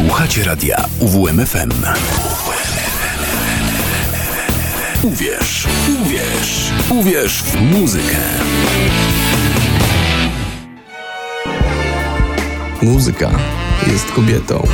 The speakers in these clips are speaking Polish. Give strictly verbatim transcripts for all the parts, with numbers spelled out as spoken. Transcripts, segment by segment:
Słuchacie radia U W M F M. Uwierz, uwierz, uwierz w muzykę. Muzyka jest kobietą.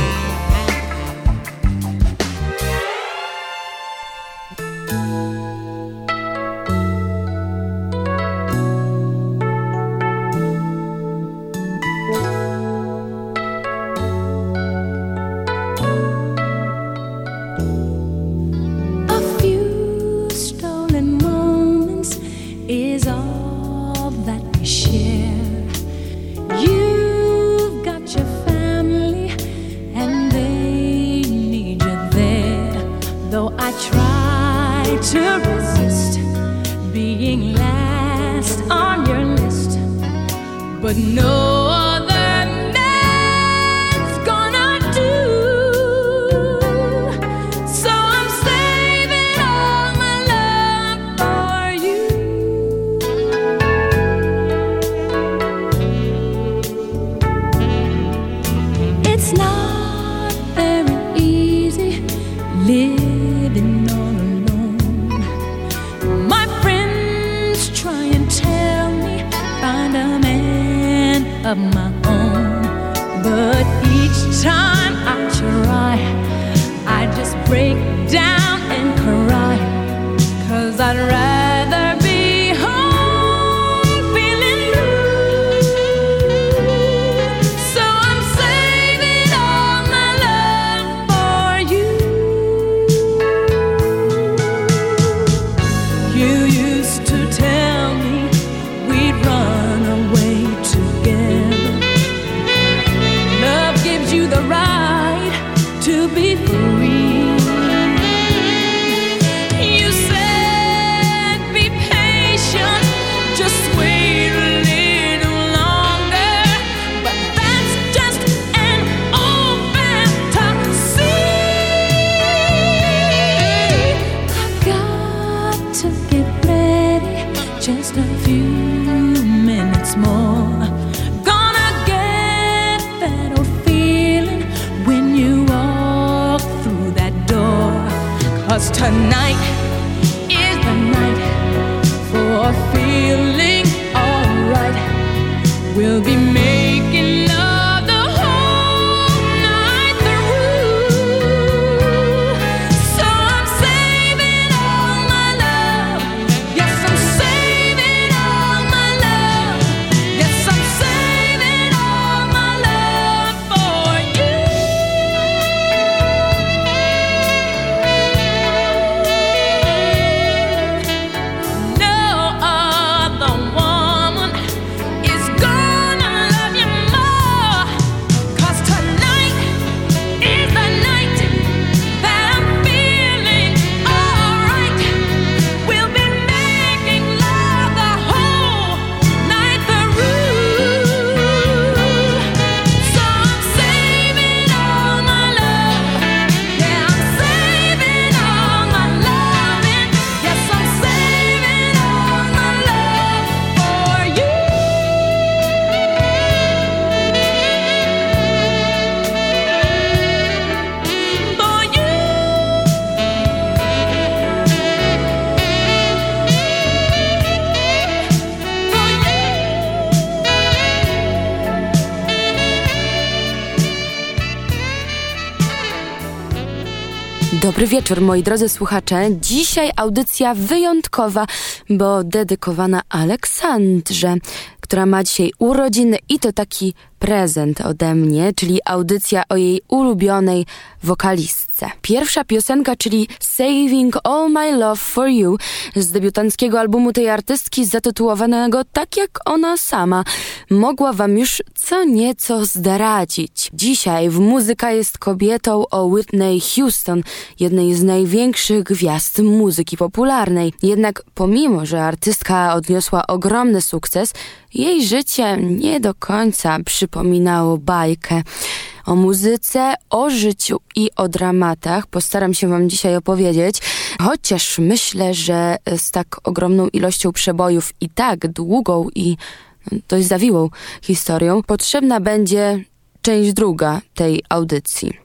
Dobry wieczór, moi drodzy słuchacze. Dzisiaj audycja wyjątkowa, bo dedykowana Aleksandrze, która ma dzisiaj urodziny i to taki prezent ode mnie, czyli audycja o jej ulubionej wokalistce. Pierwsza piosenka, czyli Saving All My Love For You z debiutanckiego albumu tej artystki zatytułowanego tak jak ona sama, mogła wam już co nieco zdradzić. Dzisiaj w Muzyka jest kobietą o Whitney Houston, jednej z największych gwiazd muzyki popularnej. Jednak pomimo, że artystka odniosła ogromny sukces, jej życie nie do końca przypominało bajkę. O muzyce, o życiu i o dramatach postaram się wam dzisiaj opowiedzieć, chociaż myślę, że z tak ogromną ilością przebojów i tak długą i dość zawiłą historią potrzebna będzie część druga tej audycji.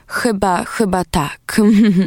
chyba, chyba tak.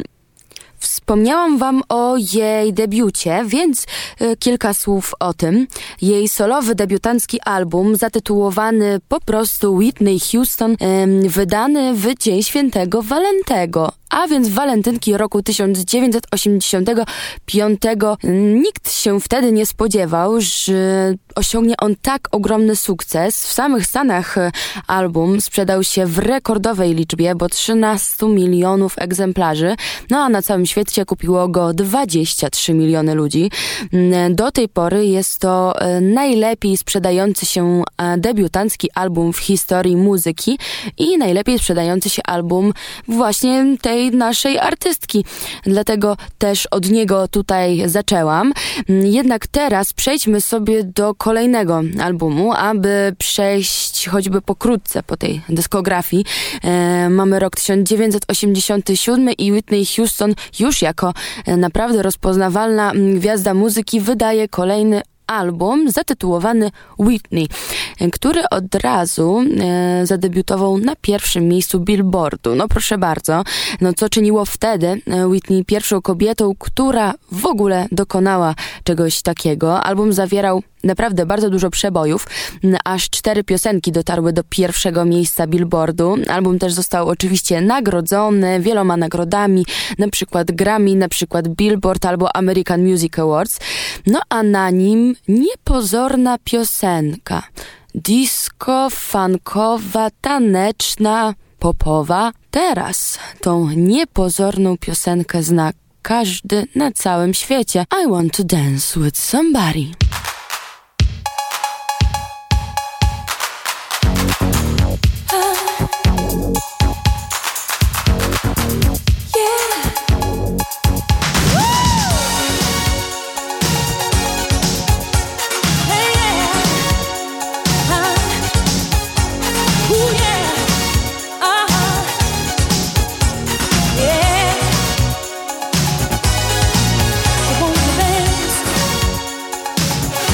Wspomniałam wam o jej debiucie, więc y, kilka słów o tym. Jej solowy debiutancki album, zatytułowany po prostu Whitney Houston, y, wydany w Dzień Świętego Walentego, a więc walentynki roku tysiąc dziewięćset osiemdziesiątego piątego. Nikt się wtedy nie spodziewał, że osiągnie on tak ogromny sukces. W samych Stanach album sprzedał się w rekordowej liczbie, bo trzynaście milionów egzemplarzy, no a na całym świecie kupiło go dwadzieścia trzy miliony ludzi. Do tej pory jest to najlepiej sprzedający się debiutancki album w historii muzyki i najlepiej sprzedający się album właśnie tej naszej artystki. Dlatego też od niego tutaj zaczęłam. Jednak teraz przejdźmy sobie do kolejnego albumu, aby przejść choćby pokrótce po tej dyskografii. E, mamy rok tysiąc dziewięćset osiemdziesiąty siódmy i Whitney Houston już jako e, naprawdę rozpoznawalna gwiazda muzyki wydaje kolejny album zatytułowany Whitney, który od razu e, zadebiutował na pierwszym miejscu Billboardu. No proszę bardzo, no co czyniło wtedy Whitney pierwszą kobietą, która w ogóle dokonała czegoś takiego. Album zawierał naprawdę bardzo dużo przebojów. Aż cztery piosenki dotarły do pierwszego miejsca Billboardu. Album też został oczywiście nagrodzony wieloma nagrodami, na przykład Grammy, na przykład Billboard albo American Music Awards. No a na nim niepozorna piosenka. Disco, funkowa, taneczna, popowa. Teraz tą niepozorną piosenkę zna każdy na całym świecie. I want to dance with somebody. I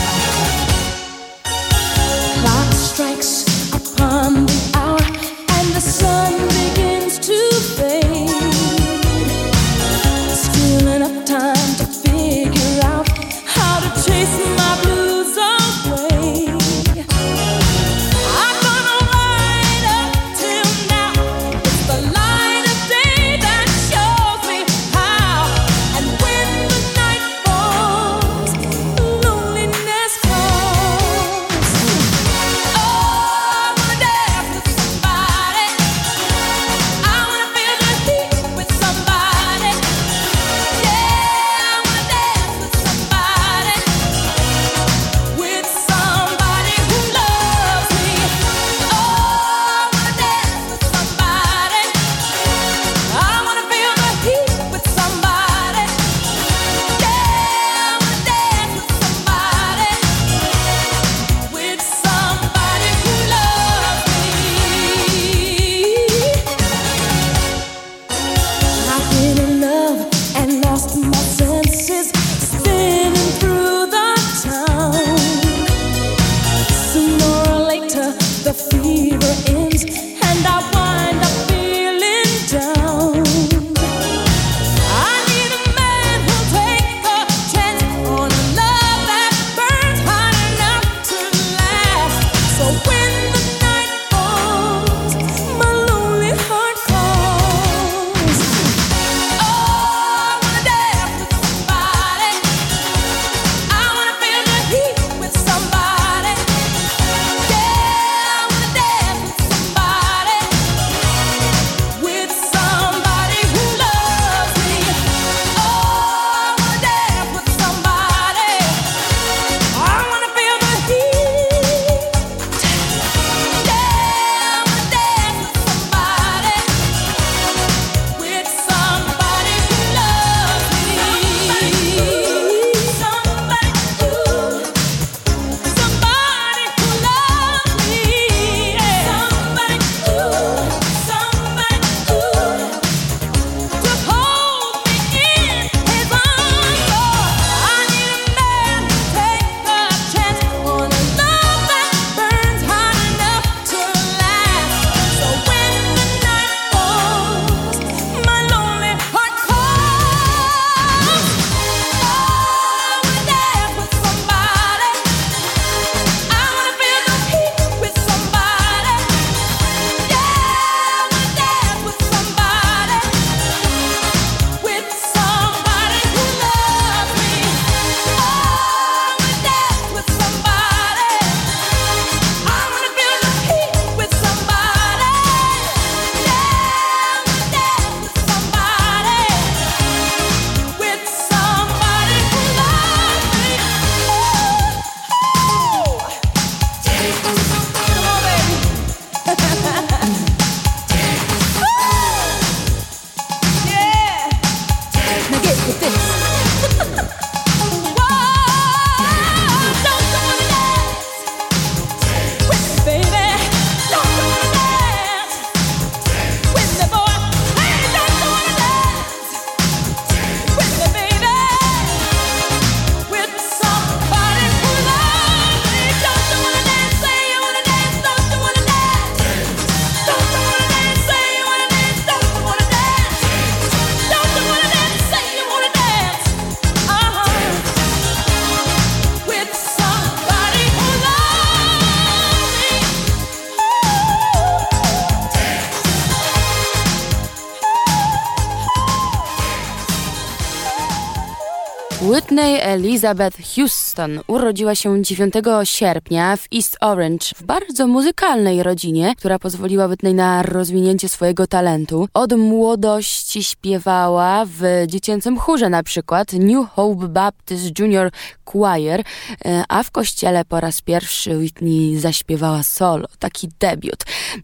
Whitney Elizabeth Houston urodziła się dziewiątego sierpnia w East Orange w bardzo muzykalnej rodzinie, która pozwoliła Whitney na rozwinięcie swojego talentu. Od młodości śpiewała w dziecięcym chórze, na przykład New Hope Baptist Junior Choir, a w kościele po raz pierwszy Whitney zaśpiewała solo, taki debiut.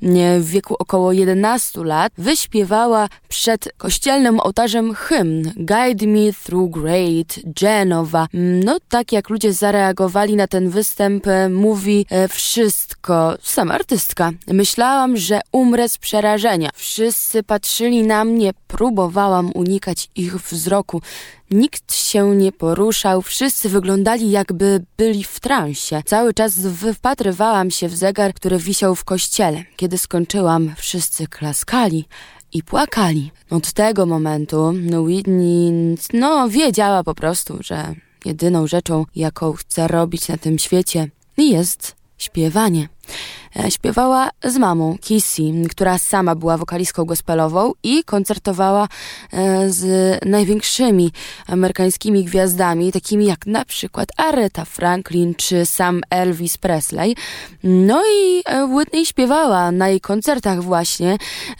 W wieku około jedenastu lat wyśpiewała przed kościelnym ołtarzem hymn Guide Me Through Great Genova. No tak jak ludzie zareagowali na ten występ, mówi wszystko. Sama artystka. Myślałam, że umrę z przerażenia. Wszyscy patrzyli na mnie, próbowałam unikać ich wzroku. Nikt się nie poruszał, wszyscy wyglądali jakby byli w transie. Cały czas wypatrywałam się w zegar, który wisiał w kościele. Kiedy skończyłam, wszyscy klaskali i płakali. Od tego momentu Whitney no, wiedziała po prostu, że jedyną rzeczą, jaką chce robić na tym świecie, jest śpiewanie. Śpiewała z mamą, Kissy, która sama była wokalistką gospelową i koncertowała z największymi amerykańskimi gwiazdami, takimi jak na przykład Aretha Franklin czy sam Elvis Presley. No i Whitney śpiewała na jej koncertach właśnie.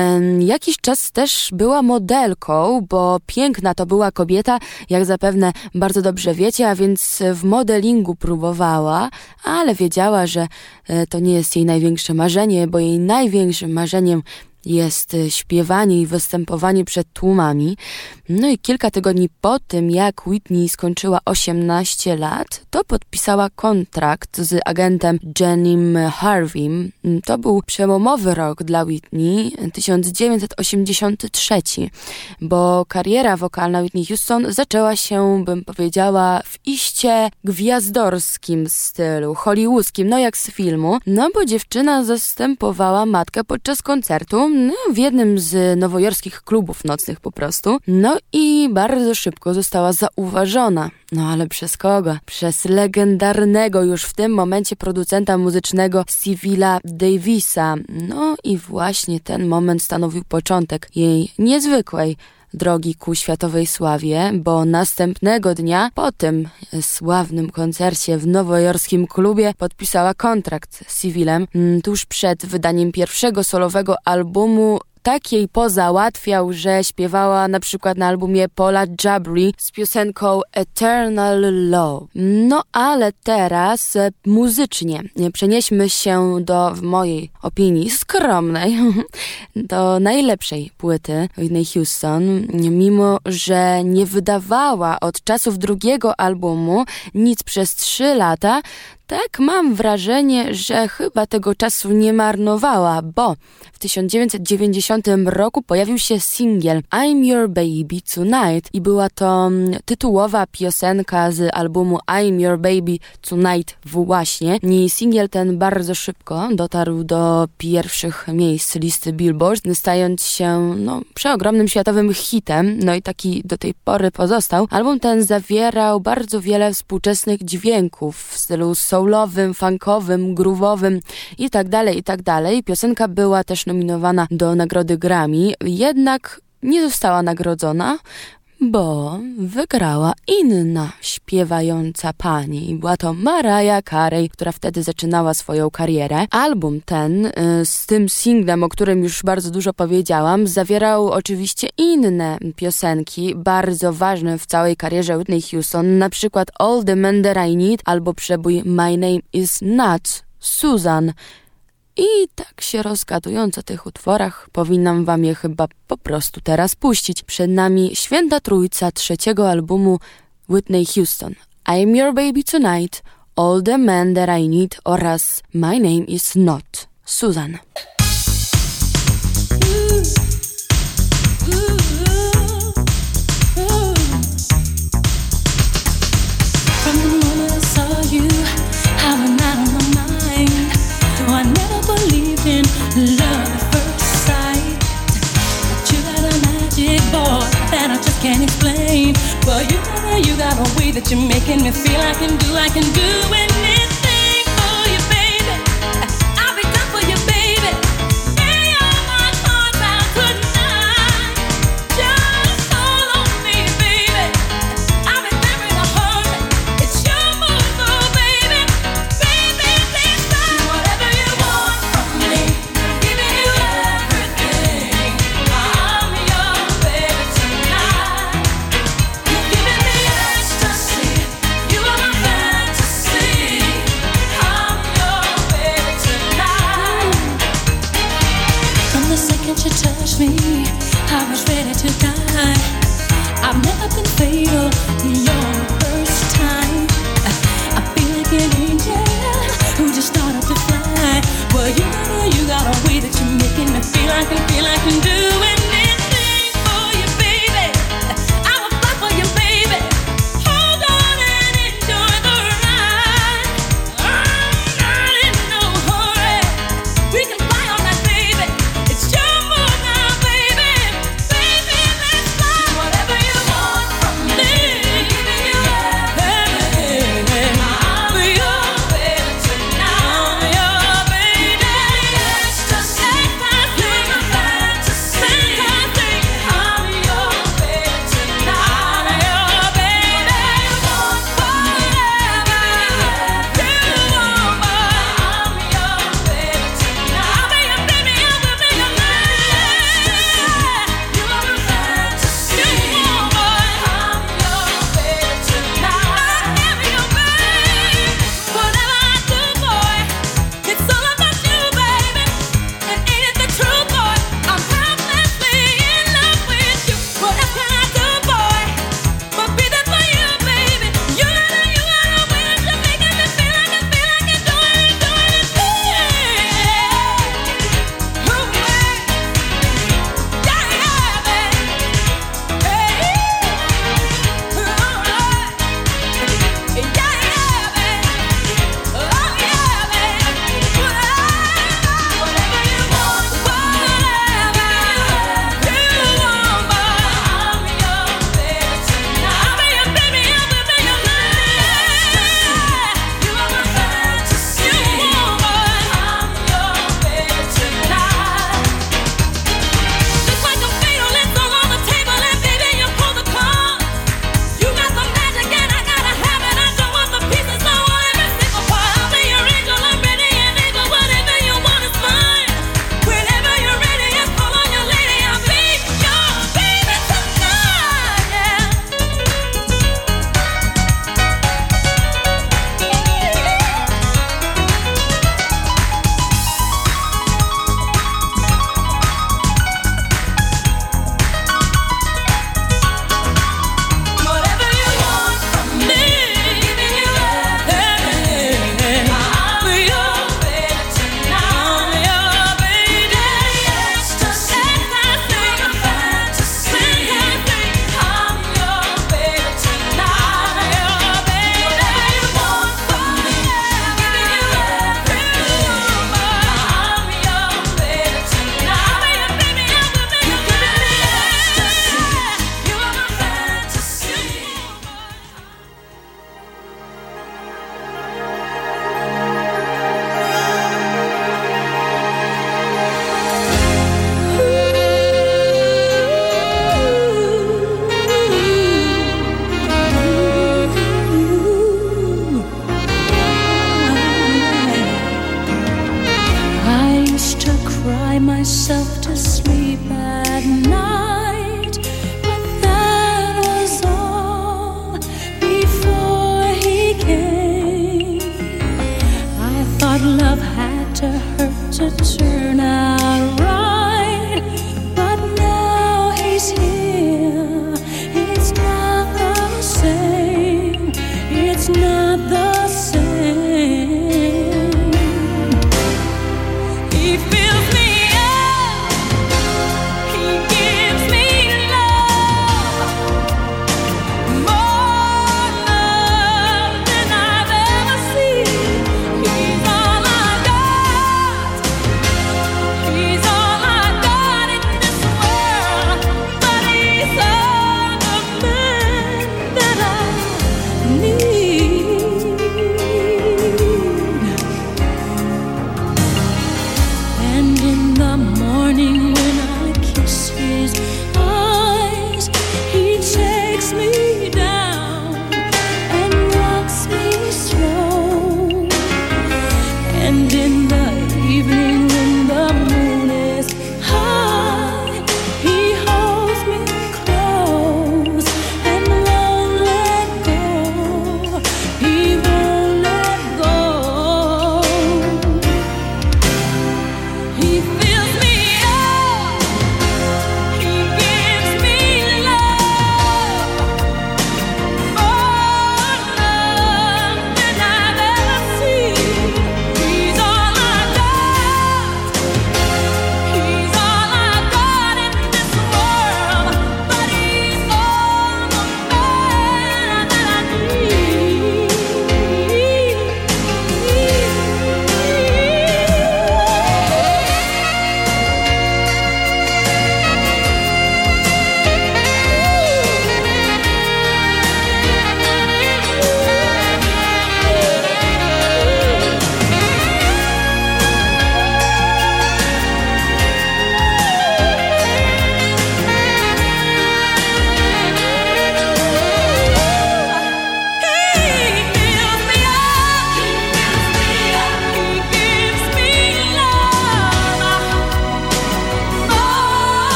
Jakiś czas też była modelką, bo piękna to była kobieta, jak zapewne bardzo dobrze wiecie, a więc w modelingu próbowała, ale wiedziała, że to nie jest jej największe marzenie, bo jej największym marzeniem jest śpiewanie i występowanie przed tłumami. No i kilka tygodni po tym, jak Whitney skończyła osiemnaście lat, to podpisała kontrakt z agentem Jenim Harveym. To był przełomowy rok dla Whitney, tysiąc dziewięćset osiemdziesiąty trzeci, bo kariera wokalna Whitney Houston zaczęła się, bym powiedziała, w iście gwiazdorskim stylu, hollywoodzkim, no jak z filmu, no bo dziewczyna zastępowała matkę podczas koncertu no, w jednym z nowojorskich klubów nocnych po prostu. No i bardzo szybko została zauważona. No ale przez kogo? Przez legendarnego już w tym momencie producenta muzycznego Civila Davisa. No i właśnie ten moment stanowił początek jej niezwykłej drogi ku światowej sławie, bo następnego dnia po tym sławnym koncercie w nowojorskim klubie podpisała kontrakt z Civilem. Tuż przed wydaniem pierwszego solowego albumu tak jej pozałatwiał, że śpiewała na przykład na albumie Paula Jabri z piosenką Eternal Love. No ale teraz e, muzycznie przenieśmy się do, w mojej opinii skromnej, do najlepszej płyty Whitney Houston, mimo że nie wydawała od czasów drugiego albumu nic przez trzy lata, tak mam wrażenie, że chyba tego czasu nie marnowała, bo w tysiąc dziewięćset dziewięćdziesiątym roku pojawił się singiel I'm Your Baby Tonight i była to tytułowa piosenka z albumu I'm Your Baby Tonight właśnie. I singiel ten bardzo szybko dotarł do pierwszych miejsc listy Billboard, stając się no, przeogromnym światowym hitem, no i taki do tej pory pozostał. Album ten zawierał bardzo wiele współczesnych dźwięków w stylu soulowym, funkowym, groovowym i tak dalej, i tak dalej. Piosenka była też nominowana do nagrody Grammy, jednak nie została nagrodzona, bo wygrała inna śpiewająca pani. Była to Mariah Carey, która wtedy zaczynała swoją karierę. Album ten y, z tym singlem, o którym już bardzo dużo powiedziałam, zawierał oczywiście inne piosenki, bardzo ważne w całej karierze Whitney Houston, na przykład All the Man That I Need albo przebój My Name Is Not Susan. I tak się rozgadując o tych utworach, powinnam wam je chyba po prostu teraz puścić. Przed nami święta trójca trzeciego albumu Whitney Houston. I'm Your Baby Tonight, All the Man That I Need oraz My Name Is Not Susan. Love at first sight, but you got a magic boy that I just can't explain. But you got a, you got a way that you're making me feel I can do, I can do anything for you, baby. I'll be down for you, baby. Lay all my cards out tonight. Just call on me, baby. I'll be there in a me, I was ready to die. I've never been fatal, you're the first time. I feel like an angel who just started to fly. Well, you gotta, you got a way that you're making me feel I can, feel I can do anything for you, baby. I will fly for you, baby. Hold on and enjoy the ride. I'm not in no hurry. We can fly all night, baby. It's your mood now, baby. Baby, let's fly. Whatever you want from me, give you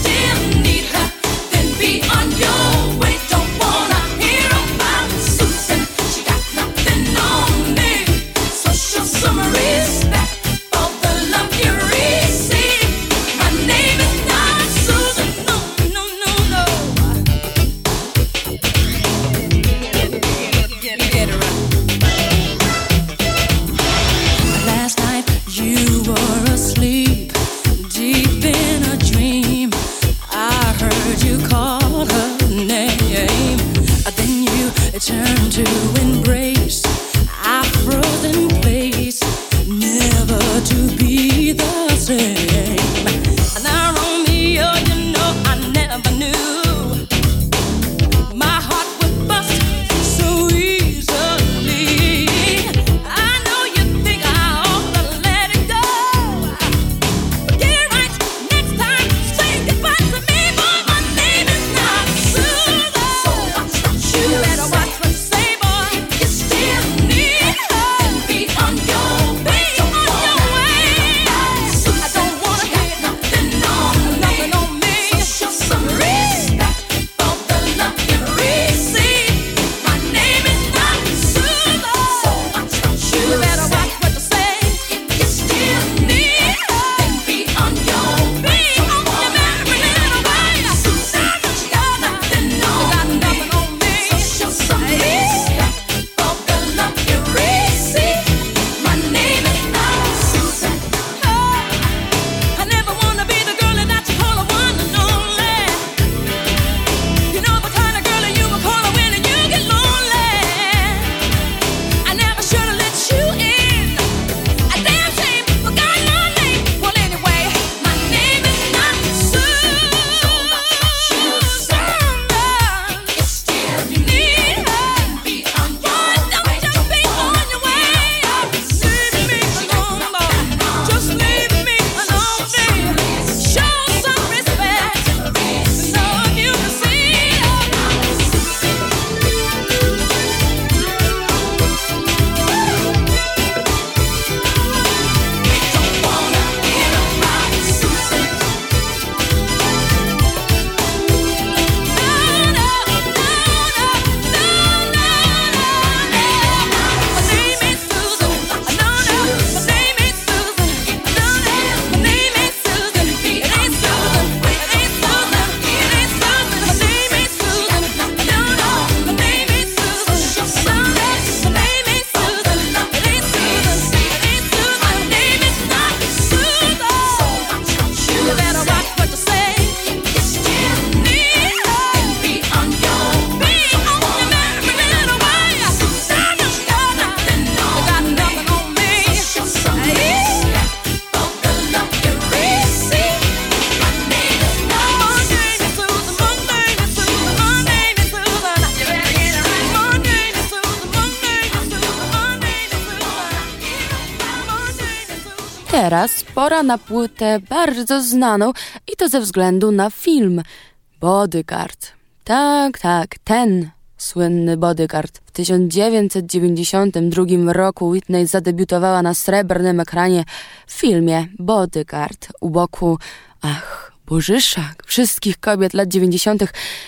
Teraz pora na płytę bardzo znaną i to ze względu na film Bodyguard. Tak, tak, ten słynny Bodyguard. W tysiąc dziewięćset dziewięćdziesiątym drugim roku Whitney zadebiutowała na srebrnym ekranie w filmie Bodyguard u boku, ach, bożysza wszystkich kobiet lat dziewięćdziesiątych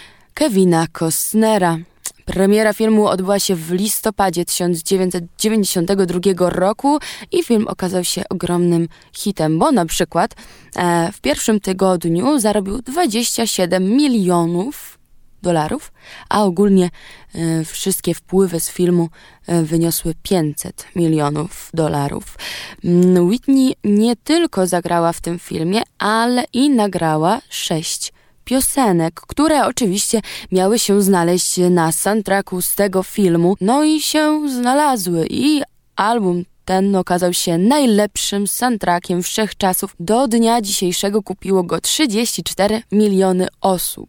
Kevina Costnera. Premiera filmu odbyła się w listopadzie tysiąc dziewięćset dziewięćdziesiątego drugiego roku i film okazał się ogromnym hitem, bo na przykład e, w pierwszym tygodniu zarobił dwadzieścia siedem milionów dolarów, a ogólnie e, wszystkie wpływy z filmu e, wyniosły pięćset milionów dolarów. Whitney nie tylko zagrała w tym filmie, ale i nagrała sześć piosenek, które oczywiście miały się znaleźć na soundtracku z tego filmu, no i się znalazły i album ten okazał się najlepszym soundtrackiem wszechczasów. Do dnia dzisiejszego kupiło go trzydzieści cztery miliony osób.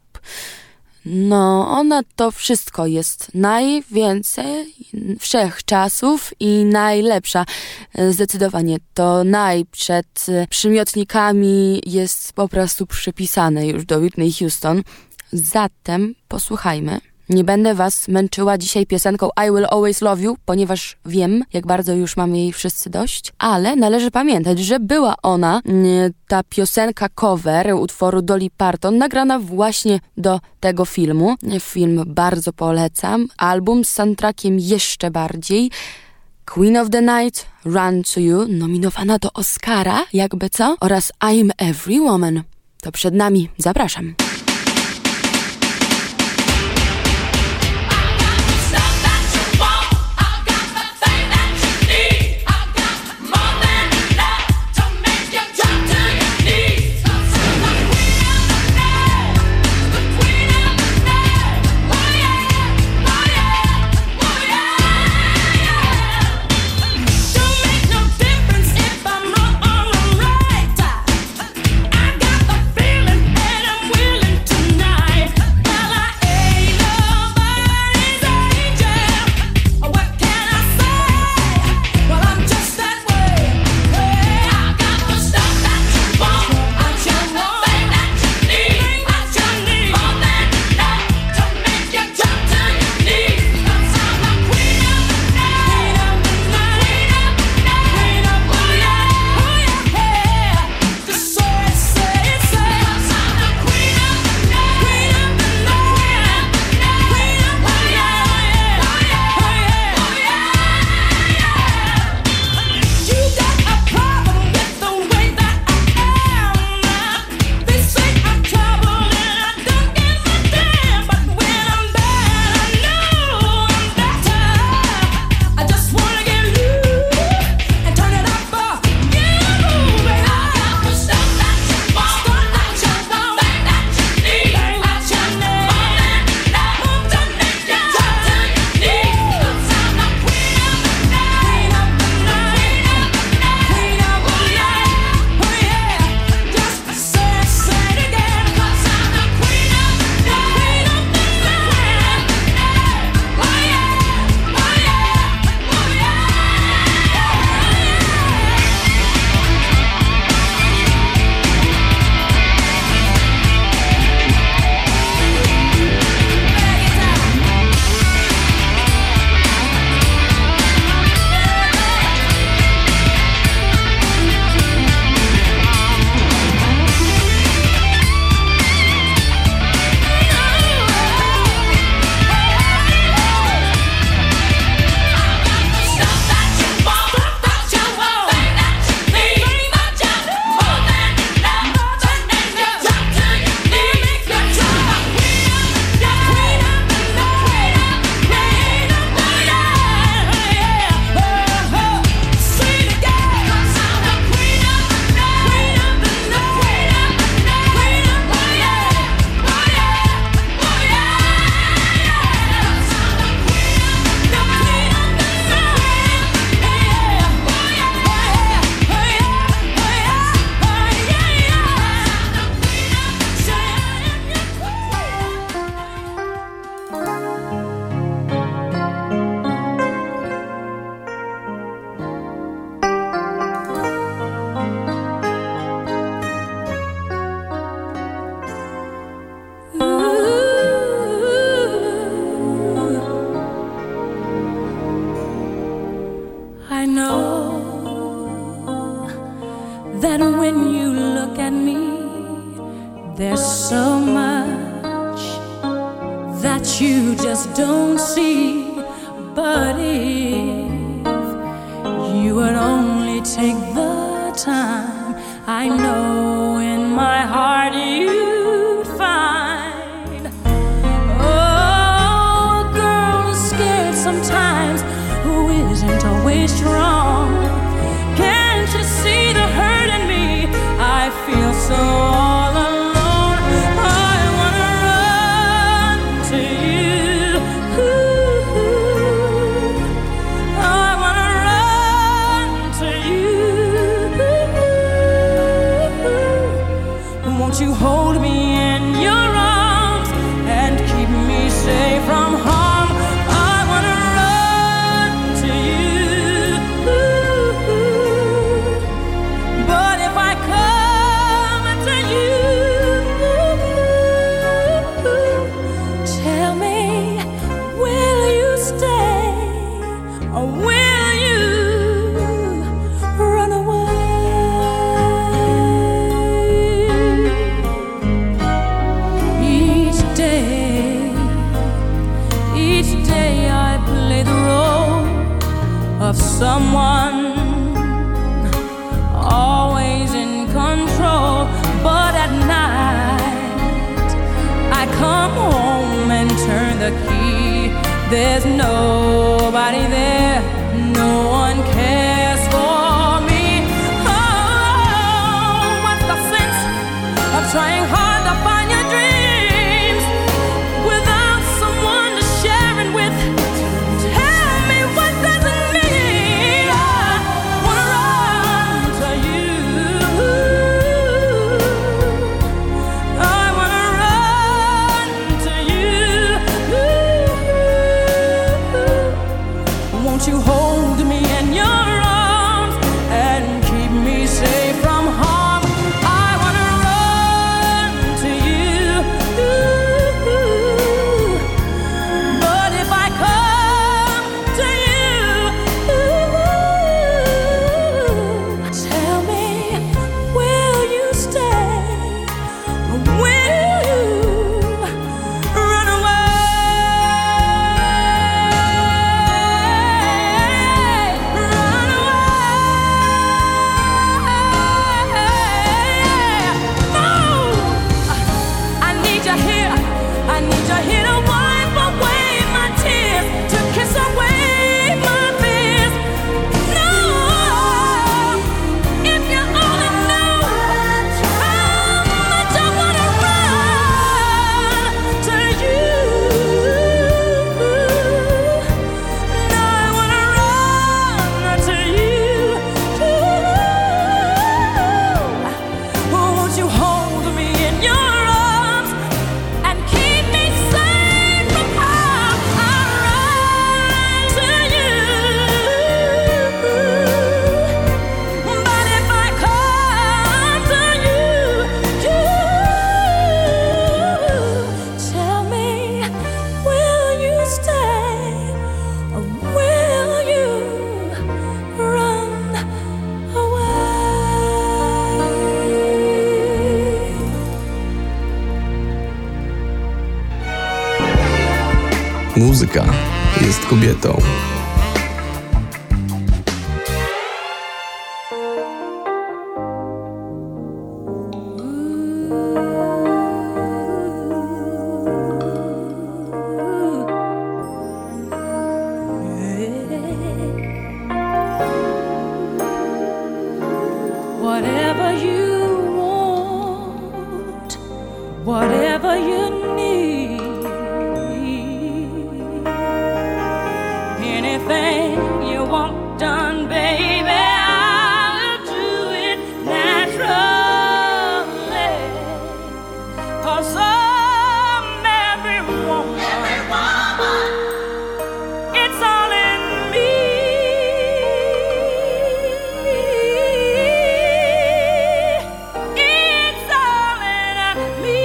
No, ona to wszystko jest najwięcej wszechczasów i najlepsza. Zdecydowanie to naj przed przymiotnikami jest po prostu przypisane już do Whitney Houston. Zatem posłuchajmy Nie będę was męczyła dzisiaj piosenką I Will Always Love You, ponieważ wiem, jak bardzo już mamy jej wszyscy dość, ale należy pamiętać, że była ona, ta piosenka cover utworu Dolly Parton, nagrana właśnie do tego filmu. Film bardzo polecam, album z soundtrackiem jeszcze bardziej. Queen of the Night, Run to You, nominowana do Oscara, jakby co, oraz I'm Every Woman. To przed nami, zapraszam. There's so much that you just don't see. But if you would only take the time, I know in my heart you'd find. Oh, a girl is scared sometimes who isn't always strong. Can't you see the hurt in me? I feel so all alone. Ooh, someone always in control, but at night I come home and turn the key. There's nobody there, no one cares for me. Oh, what's the sense of trying hard to find your dreams without someone to share it with? Tell me, what does it mean? I wanna run to you. I wanna run to you. Won't you hold me in your arms and keep me safe from harm? I wanna run to you. But if I come to you, tell me, will you stay or will you run away? Run away. No, I need you here. I need you here to wipe away my tears, to kiss away my fears. No, if you only knew how much I wanna run to you. No, I wanna run to you. Won't you hold me in your arms and keep me safe from harm? I'll run to you. But if I come to you, tell me, will you stay or will you run away? Muzyka jest kobietą. Whatever you want, whatever you need, anything you want done, baby, I'll do it naturally. 'Cause I'm every woman, it's all in me. It's all in me.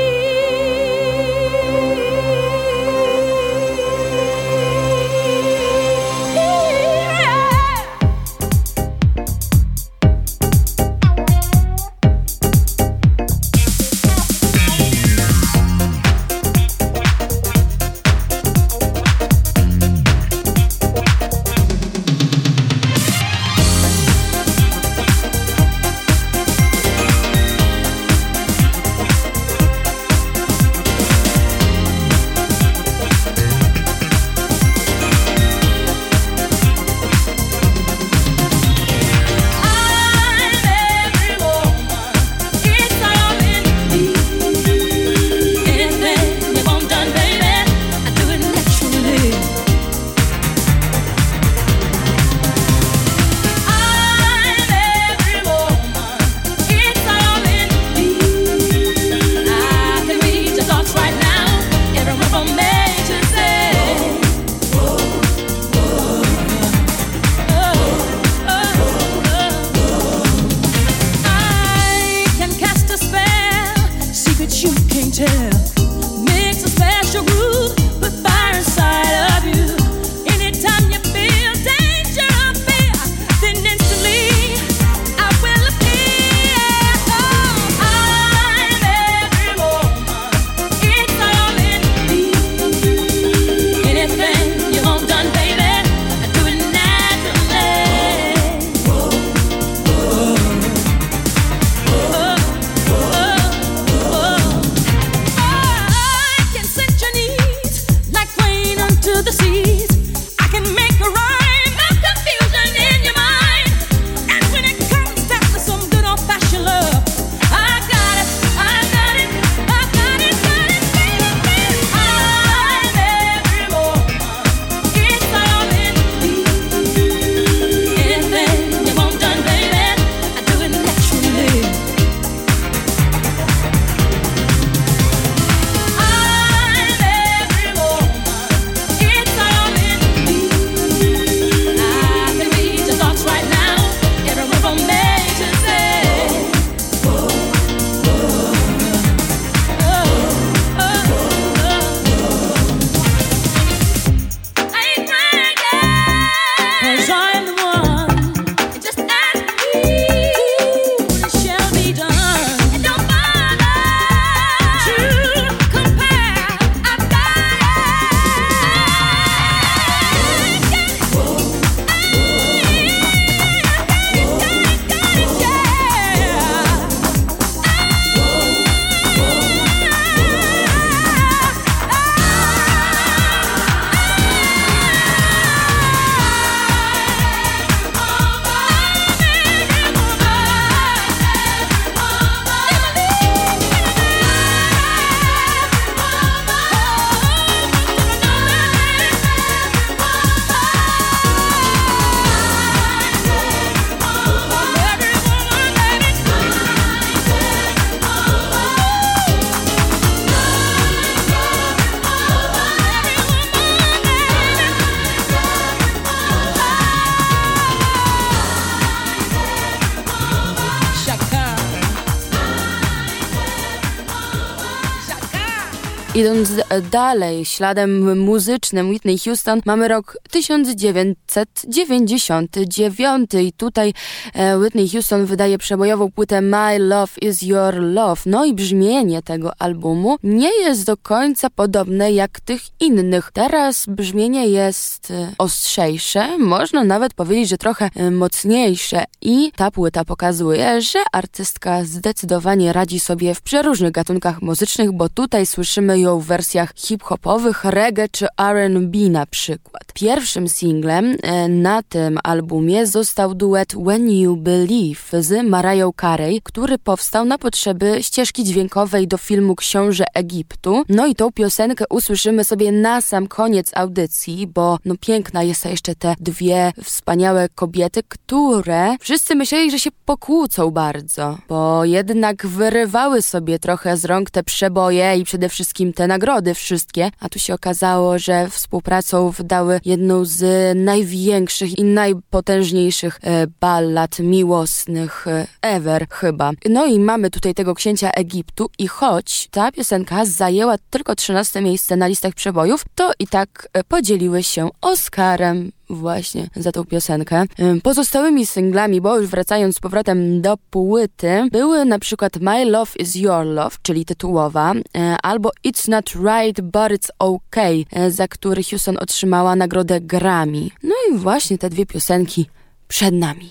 Idąc dalej, śladem muzycznym Whitney Houston, mamy rok tysiąc dziewięćset dziewięćdziesiąty dziewiąty i tutaj e, Whitney Houston wydaje przebojową płytę My Love Is Your Love. No i brzmienie tego albumu nie jest do końca podobne jak tych innych. Teraz brzmienie jest e, ostrzejsze, można nawet powiedzieć, że trochę e, mocniejsze i ta płyta pokazuje, że artystka zdecydowanie radzi sobie w przeróżnych gatunkach muzycznych, bo tutaj słyszymy ją w wersjach hip-hopowych, reggae czy R and B na przykład. Pierwszym singlem e, na tym albumie został duet When You Believe z Mariah Carey, który powstał na potrzeby ścieżki dźwiękowej do filmu Książę Egiptu. No i tą piosenkę usłyszymy sobie na sam koniec audycji, bo no piękna jest jeszcze te dwie wspaniałe kobiety, które wszyscy myśleli, że się pokłócą bardzo, bo jednak wyrywały sobie trochę z rąk te przeboje i przede wszystkim te nagrody wszystkie, a tu się okazało, że współpracą wydały jedną z największych i najpotężniejszych e, ballad miłosnych e, ever chyba. No i mamy tutaj tego księcia Egiptu i choć ta piosenka zajęła tylko trzynaste miejsce na listach przebojów, to i tak e, podzieliły się Oscarem właśnie za tą piosenkę. Pozostałymi singlami, bo już wracając z powrotem do płyty, były na przykład My Love Is Your Love, czyli tytułowa, albo It's Not Right But It's Okay, za który Houston otrzymała nagrodę Grammy. No i właśnie te dwie piosenki przed nami.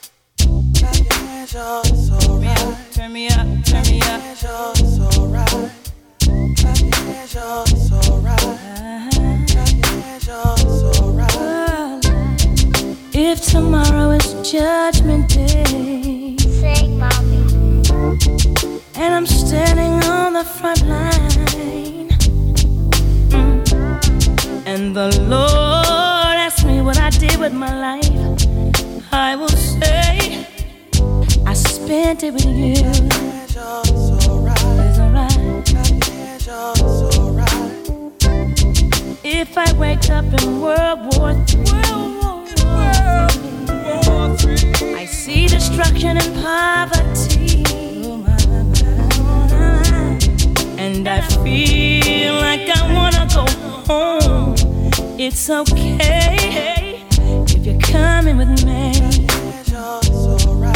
Turn me up, turn me up. If tomorrow is Judgment Day, sing, mommy, and I'm standing on the front line, mm, and the Lord asks me what I did with my life, I will say I spent it with you. It's alright. If I wake up in World War Three, I see destruction and poverty, and I feel like I wanna go home. It's okay if you're coming with me. It's alright.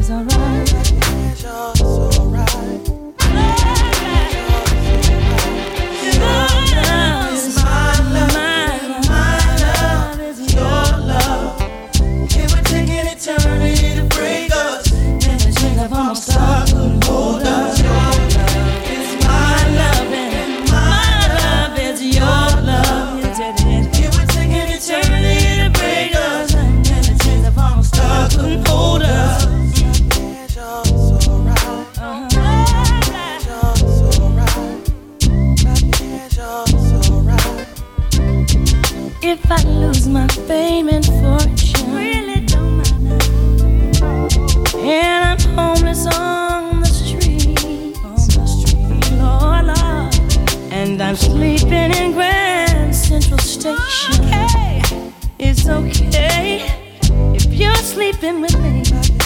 If I lose my fame and fortune, really don't matter, and I'm homeless on the street, on the street, Lord, Lord, and I'm sleeping in Grand Central Station, okay. It's okay if you're sleeping with me.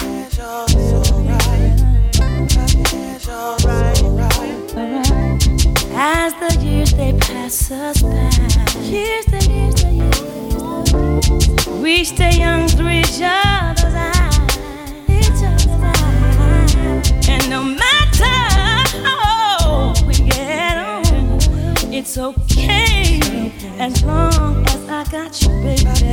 As the years they pass us by, years the years the years, we stay young through each other's eyes, each other's eyes. And no matter how we get on, it's okay as long as I got you, baby.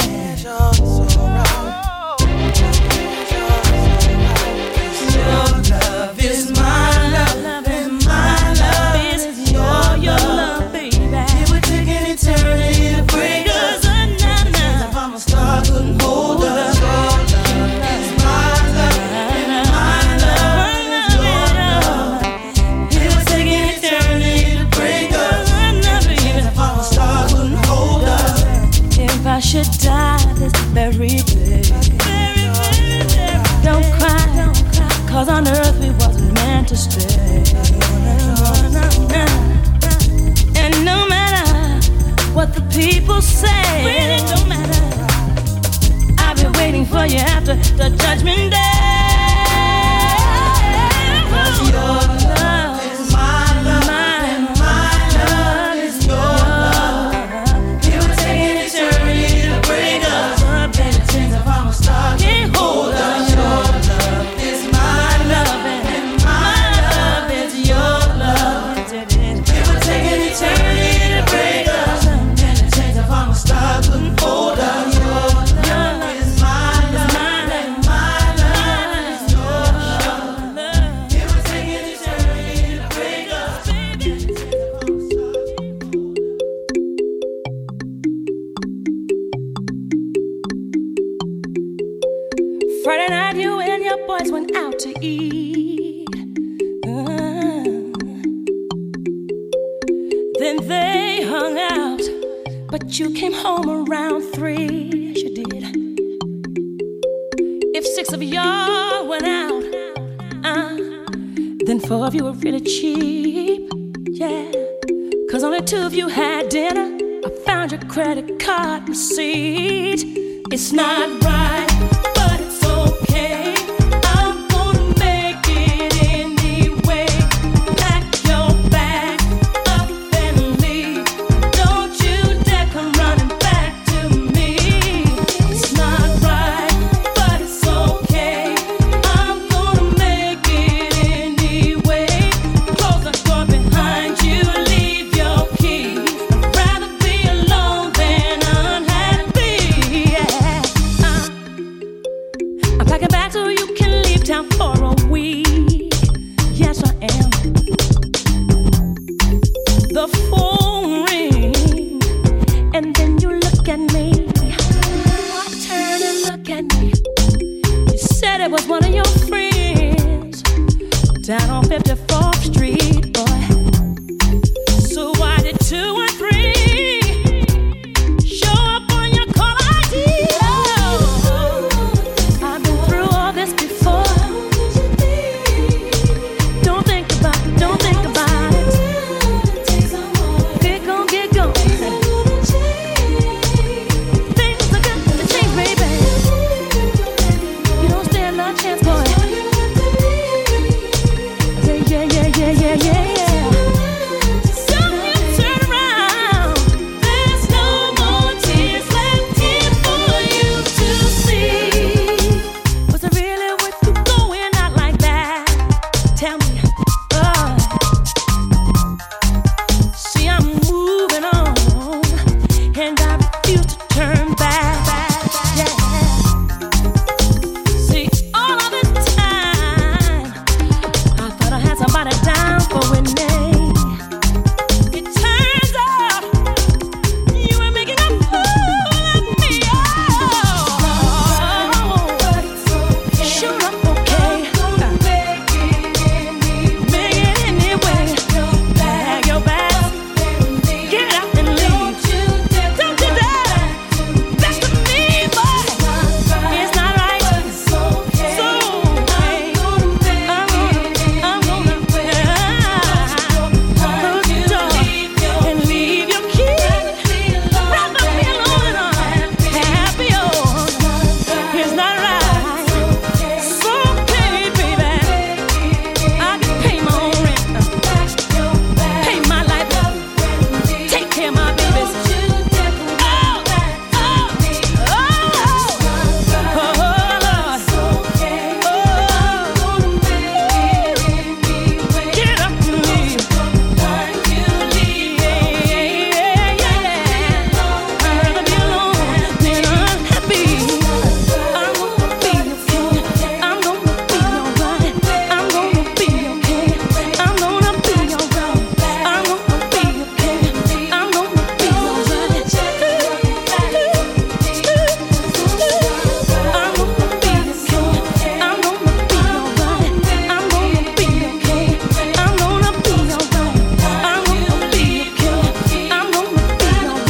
Your love is my love, and my love is your, your love, baby. It would take an eternity to break us. Now, if I'm a star, couldn't hold us. Your love is my love, and my love is your love. It would take an eternity to break us. Now, if I'm a star, couldn't hold us. If I should die this very day, don't cry, don't cry, 'cause on earth we wasn't meant to stay. And no matter what the people say, really don't matter, I'll be waiting for you after the judgment day. 'Cause your love is my love, my, and my love Then they hung out, but you came home around three. Yes, you did. If six of y'all went out, uh, then four of you were really cheap. Yeah, cause only two of you had dinner. I found your credit card receipt. It's not right, but it's okay. I'm gonna make it anyway. Pack your bag up and leave. Don't you dare come running back to me. It's not right, but it's okay. I'm gonna make it anyway. Close the door behind you, leave your key. I'd rather be alone than unhappy. Yeah. Uh, I'm packing back so you can leave town for a week. Yes, I am. The phone ring, and then you look at me. Turn and look at me. You said it was one of your friends down on fifty-fourth Street, boy. So why did two and three show up on your call I D? Oh, I've been through all this before. Don't think about it, don't think about it. Get gone, get gone. Things are gonna change, baby. You don't stand no chance, boy. Yeah, yeah, yeah, yeah, yeah, yeah. So you turn around. There's no more tears left here for you to see. Was it really worth you going out like that? Tell me. Oh. See, I'm moving on, and I refuse to turn back. Yeah. See, all of this time, I thought I had somebody down for winning. It turns out you were making a fool of me. Oh, sure, I'm okay. Make it anyway. Bag your bags, get out and leave. Don't you dare. That's to me, boy. It's not right. So okay. I'm gonna, I'm gonna close the door and leave your key. Rather be alone and unhappy. Oh, it's not right. So okay, baby. I can pay my own rent, pay my light bill, take care of my babies. Oh, oh, oh, oh, Lord. Oh, get up and leave. Yeah, yeah, yeah. I'd rather be alone than unhappy. I'm gonna be okay. I'm gonna be alright. I'm gonna be okay. I'm gonna be alright. I'm gonna be okay. I'm gonna be alright. I'm gonna be okay. I'm gonna be alright. I'm gonna be okay. I'm gonna be alright. I'm gonna be okay. I'm gonna be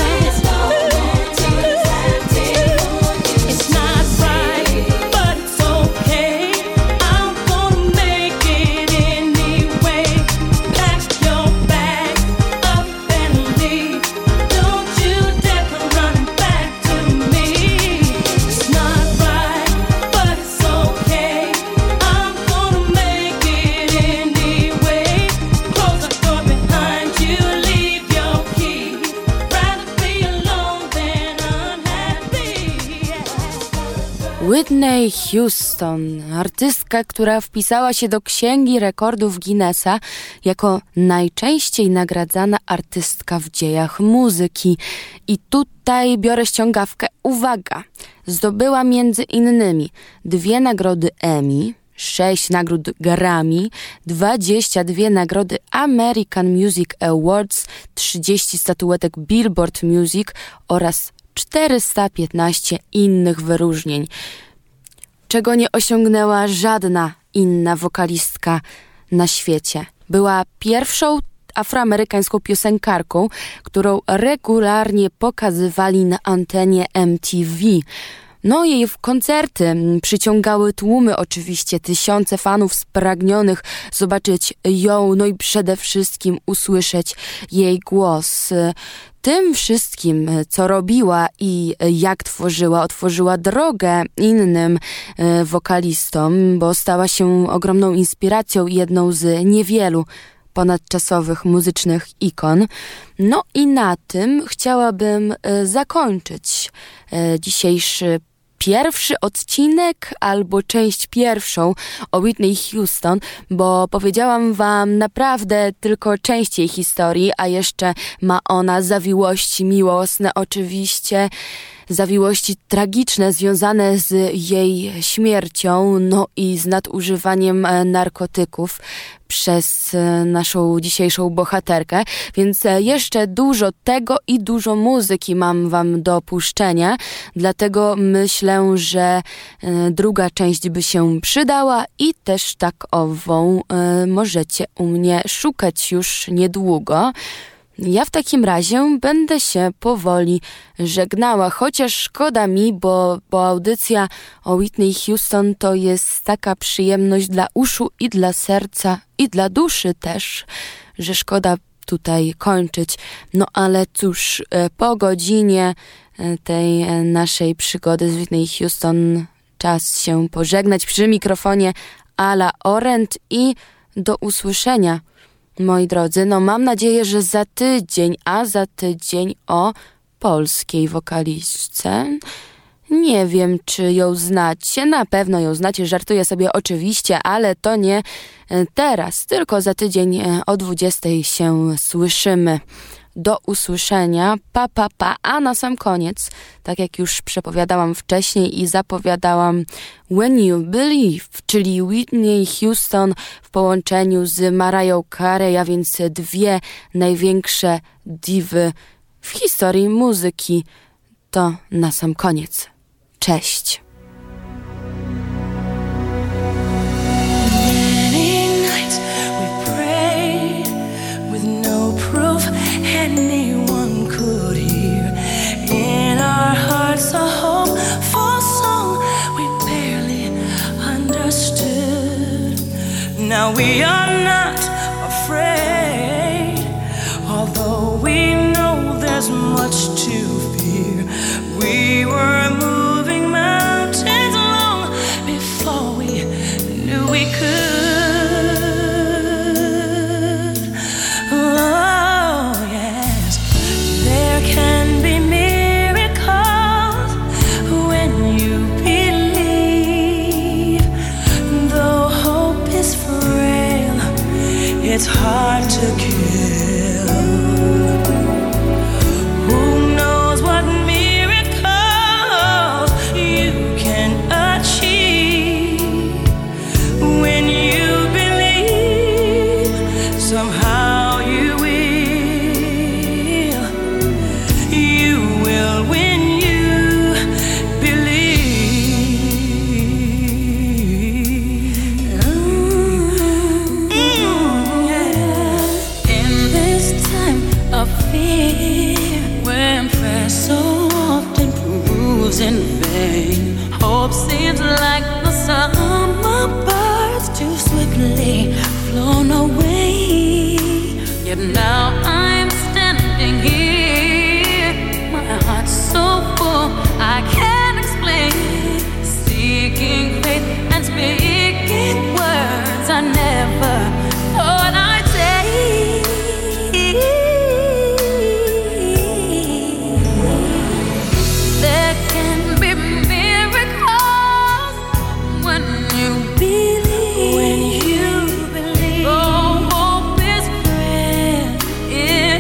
alright. It's not right, but it's okay. I'm gonna make it anyway. Pack your bags up and leave. Don't you dare come running back to me. It's not right, but it's okay. I'm gonna make it anyway. Close the door behind you, leave your key. Rather be alone than unhappy. Whitney Houston, artystka, która wpisała się do Księgi Rekordów Guinnessa jako najczęściej nagradzana artystka w dziejach muzyki. I tutaj biorę ściągawkę. Uwaga! Zdobyła między innymi dwie nagrody Emmy, sześć nagród Grammy, dwadzieścia dwie nagrody American Music Awards, trzydzieści statuetek Billboard Music oraz czterysta piętnaście innych wyróżnień, czego nie osiągnęła żadna inna wokalistka na świecie. Była pierwszą afroamerykańską piosenkarką, którą regularnie pokazywali na antenie M T V. No jej koncerty przyciągały tłumy oczywiście, tysiące fanów spragnionych zobaczyć ją, no i przede wszystkim usłyszeć jej głos. Tym wszystkim, co robiła i jak tworzyła, otworzyła drogę innym e, wokalistom, bo stała się ogromną inspiracją i jedną z niewielu ponadczasowych muzycznych ikon. No i na tym chciałabym e, zakończyć e, dzisiejszy pierwszy odcinek albo część pierwszą o Whitney Houston, bo powiedziałam wam naprawdę tylko część jej historii, a jeszcze ma ona zawiłości miłosne, oczywiście zawiłości tragiczne związane z jej śmiercią, no i z nadużywaniem narkotyków przez naszą dzisiejszą bohaterkę, więc jeszcze dużo tego i dużo muzyki mam wam do puszczenia, dlatego myślę, że druga część by się przydała i też tak ową możecie u mnie szukać już niedługo. Ja w takim razie będę się powoli żegnała, chociaż szkoda mi, bo, bo audycja o Whitney Houston to jest taka przyjemność dla uszu i dla serca i dla duszy też, że szkoda tutaj kończyć. No ale cóż, po godzinie tej naszej przygody z Whitney Houston czas się pożegnać. Przy mikrofonie Ala Orent i do usłyszenia. Moi drodzy, no mam nadzieję, że za tydzień, a za tydzień o polskiej wokalistce. Nie wiem, czy ją znacie, na pewno ją znacie, żartuję sobie oczywiście, ale to nie teraz, tylko za tydzień o dwudziestej się słyszymy. Do usłyszenia, pa, pa, pa, a na sam koniec, tak jak już przepowiadałam wcześniej i zapowiadałam, When You Believe, czyli Whitney Houston w połączeniu z Mariah Carey, a więc dwie największe diwy w historii muzyki. To na sam koniec. Cześć! Anyone could hear in our hearts a hopeful song we barely understood. Now we are not afraid, although we know there's much to fear. We were moving mountains long before we knew we could. It's hard to kill. Who knows what miracles you can achieve when you believe. Somehow you will. You will when you believe. Of fear, when prayer so often proves in vain. Hope seems like the summer birds too swiftly flown away. Yet now I'm standing here, my heart's so full I can't explain. Seeking faith and speaking words I never thought I'd say. When you believe, oh, hope is prayer.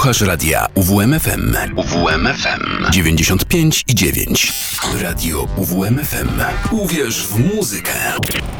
Słuchasz radia U W M F M. U W M F M dziewięćdziesiąt pięć i dziewięć. Radio U W M F M. Uwierz w muzykę.